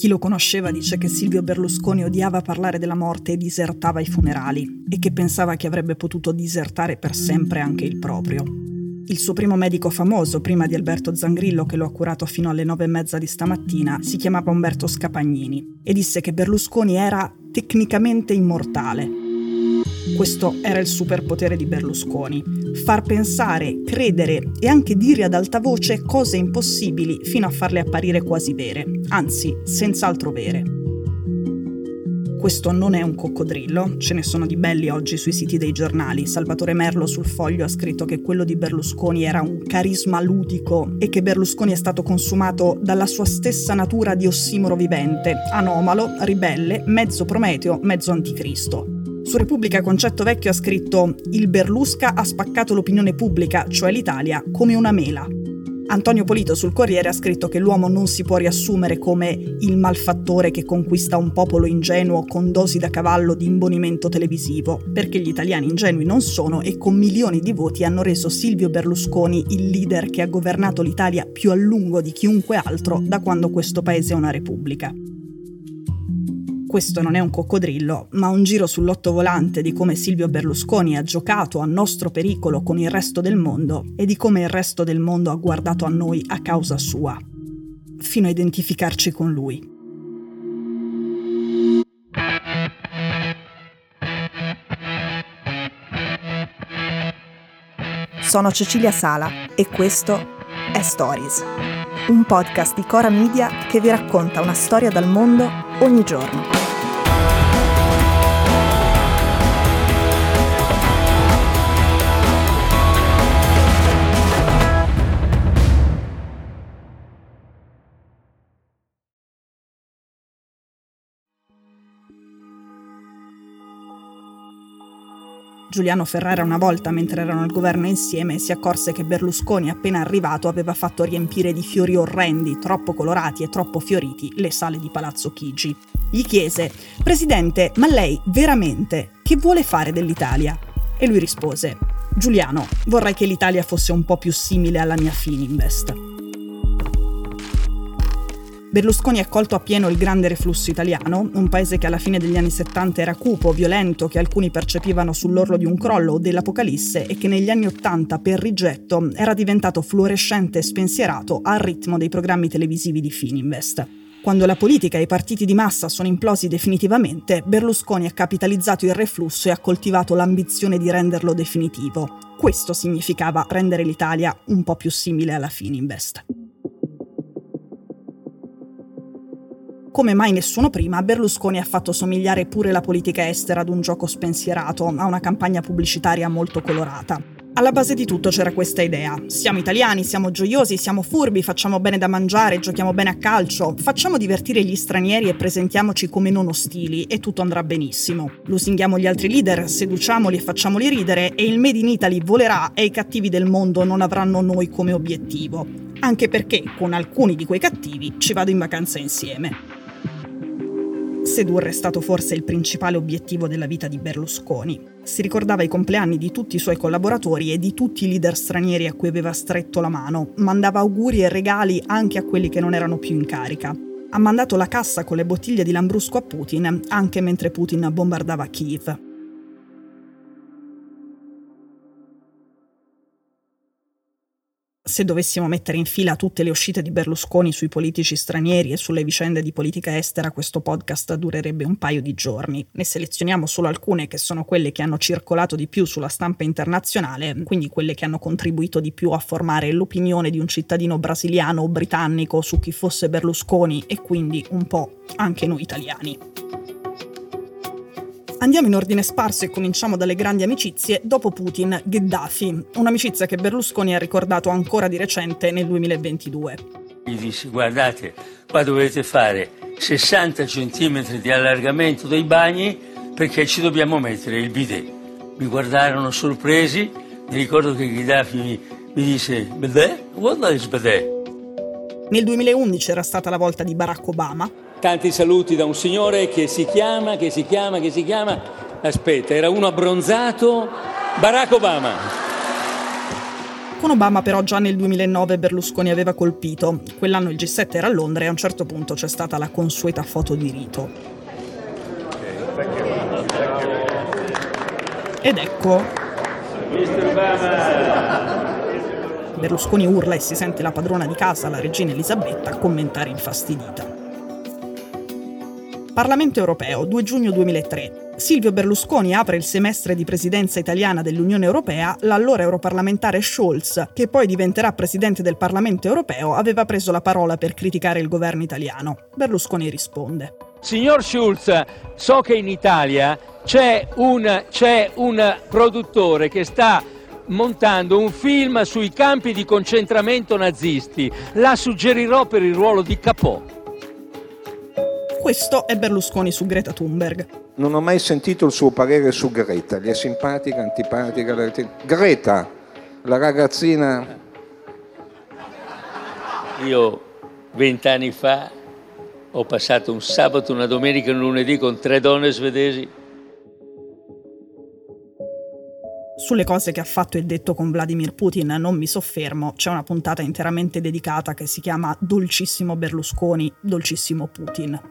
Chi lo conosceva dice che Silvio Berlusconi odiava parlare della morte e disertava i funerali, e che pensava che avrebbe potuto disertare per sempre anche il proprio. Il suo primo medico famoso, prima di Alberto Zangrillo, che lo ha curato fino alle 9:30 di stamattina, si chiamava Umberto Scapagnini e disse che Berlusconi era tecnicamente immortale. Questo era il superpotere di Berlusconi: far pensare, credere e anche dire ad alta voce cose impossibili fino a farle apparire quasi vere, anzi, senz'altro vere. Questo non è un coccodrillo, ce ne sono di belli oggi sui siti dei giornali. Salvatore Merlo sul Foglio ha scritto che quello di Berlusconi era un carisma ludico e che Berlusconi è stato consumato dalla sua stessa natura di ossimoro vivente, anomalo, ribelle, mezzo Prometeo, mezzo Anticristo. Su Repubblica Concetto Vecchio ha scritto: il Berlusca ha spaccato l'opinione pubblica, cioè l'Italia, come una mela. Antonio Polito sul Corriere ha scritto che l'uomo non si può riassumere come il malfattore che conquista un popolo ingenuo con dosi da cavallo di imbonimento televisivo, perché gli italiani ingenui non sono e con milioni di voti hanno reso Silvio Berlusconi il leader che ha governato l'Italia più a lungo di chiunque altro da quando questo paese è una repubblica. Questo non è un coccodrillo, ma un giro sull'ottovolante di come Silvio Berlusconi ha giocato a nostro pericolo con il resto del mondo e di come il resto del mondo ha guardato a noi a causa sua, fino a identificarci con lui. Sono Cecilia Sala e questo è Stories, un podcast di Cora Media che vi racconta una storia dal mondo ogni giorno. Giuliano Ferrara una volta, mentre erano al governo insieme, si accorse che Berlusconi, appena arrivato, aveva fatto riempire di fiori orrendi, troppo colorati e troppo fioriti, le sale di Palazzo Chigi. Gli chiese: «Presidente, ma lei, veramente, che vuole fare dell'Italia?» E lui rispose: «Giuliano, vorrei che l'Italia fosse un po' più simile alla mia Fininvest». Berlusconi ha colto appieno il grande reflusso italiano, un paese che alla fine degli anni 70 era cupo, violento, che alcuni percepivano sull'orlo di un crollo o dell'apocalisse e che negli anni 80, per rigetto, era diventato fluorescente e spensierato al ritmo dei programmi televisivi di Fininvest. Quando la politica e i partiti di massa sono implosi definitivamente, Berlusconi ha capitalizzato il reflusso e ha coltivato l'ambizione di renderlo definitivo. Questo significava rendere l'Italia un po' più simile alla Fininvest. Come mai nessuno prima, Berlusconi ha fatto somigliare pure la politica estera ad un gioco spensierato, a una campagna pubblicitaria molto colorata. Alla base di tutto c'era questa idea: siamo italiani, siamo gioiosi, siamo furbi, facciamo bene da mangiare, giochiamo bene a calcio, facciamo divertire gli stranieri e presentiamoci come non ostili e tutto andrà benissimo. Lusinghiamo gli altri leader, seduciamoli e facciamoli ridere e il Made in Italy volerà e i cattivi del mondo non avranno noi come obiettivo. Anche perché con alcuni di quei cattivi ci vado in vacanza insieme. Sedurre è stato forse il principale obiettivo della vita di Berlusconi. Si ricordava i compleanni di tutti i suoi collaboratori e di tutti i leader stranieri a cui aveva stretto la mano, mandava auguri e regali anche a quelli che non erano più in carica. Ha mandato la cassa con le bottiglie di Lambrusco a Putin, anche mentre Putin bombardava Kiev. Se dovessimo mettere in fila tutte le uscite di Berlusconi sui politici stranieri e sulle vicende di politica estera, questo podcast durerebbe un paio di giorni. Ne selezioniamo solo alcune, che sono quelle che hanno circolato di più sulla stampa internazionale, quindi quelle che hanno contribuito di più a formare l'opinione di un cittadino brasiliano o britannico su chi fosse Berlusconi e quindi un po' anche noi italiani. Andiamo in ordine sparso e cominciamo dalle grandi amicizie. Dopo Putin, Gheddafi, un'amicizia che Berlusconi ha ricordato ancora di recente nel 2022. Gli disse: guardate, qua dovete fare 60 centimetri di allargamento dei bagni perché ci dobbiamo mettere il bidet. Mi guardarono sorpresi, mi ricordo che Gheddafi mi disse: bidet? What is bidet? Nel 2011 era stata la volta di Barack Obama. Tanti saluti da un signore che si chiama, aspetta, era uno abbronzato, Barack Obama. Con Obama però già nel 2009 Berlusconi aveva colpito. Quell'anno il G7 era a Londra e a un certo punto c'è stata la consueta foto di rito. Ed ecco, Berlusconi urla e si sente la padrona di casa, la regina Elisabetta, commentare infastidita. Parlamento europeo, 2 giugno 2003. Silvio Berlusconi apre il semestre di presidenza italiana dell'Unione Europea. L'allora europarlamentare Scholz, che poi diventerà presidente del Parlamento Europeo, aveva preso la parola per criticare il governo italiano. Berlusconi risponde: Signor Schulz, so che in Italia c'è un produttore che sta montando un film sui campi di concentramento nazisti. La suggerirò per il ruolo di Capò. Questo è Berlusconi su Greta Thunberg. Non ho mai sentito il suo parere su Greta. Gli è simpatica, antipatica? Greta, la ragazzina... Io 20 anni fa ho passato un sabato, una domenica e un lunedì con 3 donne svedesi. Sulle cose che ha fatto e detto con Vladimir Putin non mi soffermo, c'è una puntata interamente dedicata che si chiama Dolcissimo Berlusconi, Dolcissimo Putin.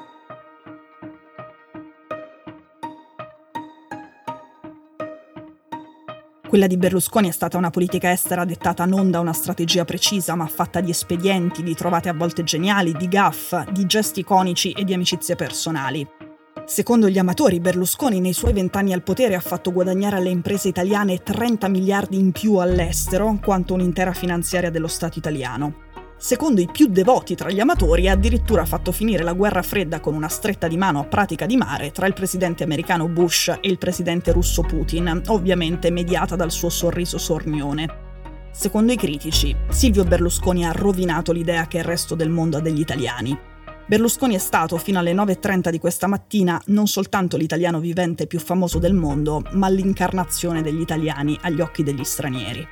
Quella di Berlusconi è stata una politica estera dettata non da una strategia precisa, ma fatta di espedienti, di trovate a volte geniali, di gaffe, di gesti iconici e di amicizie personali. Secondo gli amatori, Berlusconi nei suoi 20 anni al potere ha fatto guadagnare alle imprese italiane 30 miliardi in più all'estero, quanto un'intera finanziaria dello Stato italiano. Secondo i più devoti tra gli amatori, ha addirittura fatto finire la guerra fredda con una stretta di mano a Pratica di Mare tra il presidente americano Bush e il presidente russo Putin, ovviamente mediata dal suo sorriso sornione. Secondo i critici, Silvio Berlusconi ha rovinato l'idea che il resto del mondo ha degli italiani. Berlusconi è stato, fino alle 9:30 di questa mattina, non soltanto l'italiano vivente più famoso del mondo, ma l'incarnazione degli italiani agli occhi degli stranieri.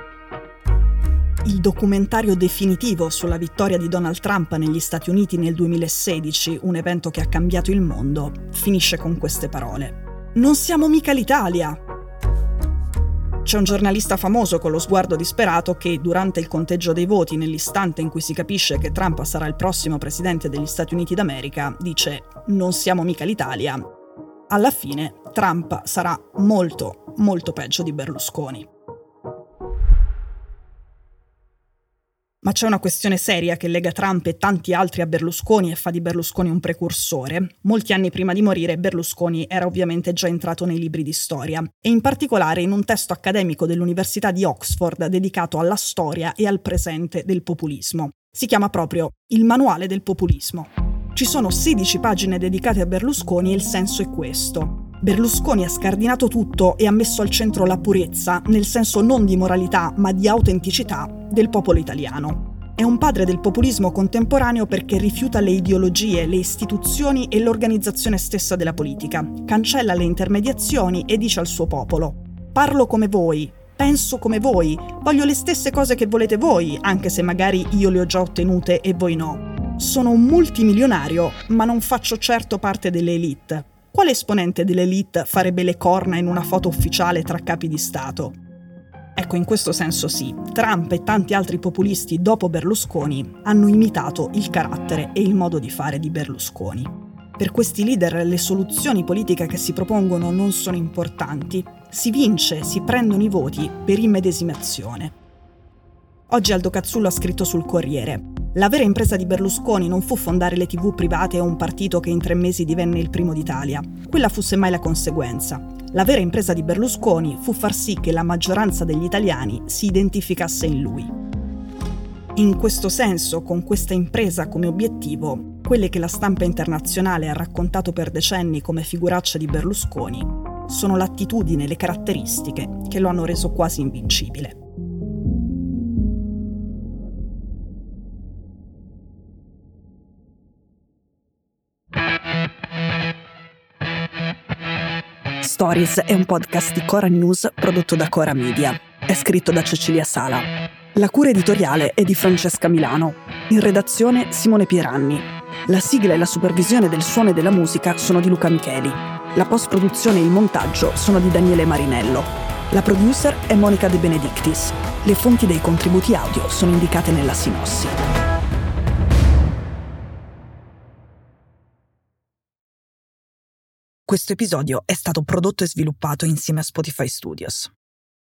Il documentario definitivo sulla vittoria di Donald Trump negli Stati Uniti nel 2016, un evento che ha cambiato il mondo, finisce con queste parole: "Non siamo mica l'Italia!" C'è un giornalista famoso con lo sguardo disperato che, durante il conteggio dei voti, nell'istante in cui si capisce che Trump sarà il prossimo presidente degli Stati Uniti d'America, dice "Non siamo mica l'Italia". Alla fine, Trump sarà molto, molto peggio di Berlusconi. Ma c'è una questione seria che lega Trump e tanti altri a Berlusconi e fa di Berlusconi un precursore. Molti anni prima di morire, Berlusconi era ovviamente già entrato nei libri di storia, e in particolare in un testo accademico dell'Università di Oxford dedicato alla storia e al presente del populismo. Si chiama proprio Il Manuale del Populismo. Ci sono 16 pagine dedicate a Berlusconi e il senso è questo. Berlusconi ha scardinato tutto e ha messo al centro la purezza, nel senso non di moralità, ma di autenticità, del popolo italiano. È un padre del populismo contemporaneo perché rifiuta le ideologie, le istituzioni e l'organizzazione stessa della politica, cancella le intermediazioni e dice al suo popolo: "Parlo come voi, penso come voi, voglio le stesse cose che volete voi, anche se magari io le ho già ottenute e voi no. Sono un multimilionario, ma non faccio certo parte delle elite. Quale esponente dell'elite farebbe le corna in una foto ufficiale tra capi di Stato?" Ecco, in questo senso sì, Trump e tanti altri populisti dopo Berlusconi hanno imitato il carattere e il modo di fare di Berlusconi. Per questi leader le soluzioni politiche che si propongono non sono importanti. Si vince, si prendono i voti per immedesimazione. Oggi Aldo Cazzullo ha scritto sul Corriere: "La vera impresa di Berlusconi non fu fondare le TV private o un partito che in 3 mesi divenne il primo d'Italia. Quella fu semmai la conseguenza. La vera impresa di Berlusconi fu far sì che la maggioranza degli italiani si identificasse in lui." In questo senso, con questa impresa come obiettivo, quelle che la stampa internazionale ha raccontato per decenni come figuracce di Berlusconi sono l'attitudine e le caratteristiche che lo hanno reso quasi invincibile. Stories è un podcast di Cora News prodotto da Cora Media. È scritto da Cecilia Sala. La cura editoriale è di Francesca Milano. In redazione Simone Pieranni. La sigla e la supervisione del suono e della musica sono di Luca Micheli. La post-produzione e il montaggio sono di Daniele Marinello. La producer è Monica De Benedictis. Le fonti dei contributi audio sono indicate nella sinossi. Questo episodio è stato prodotto e sviluppato insieme a Spotify Studios.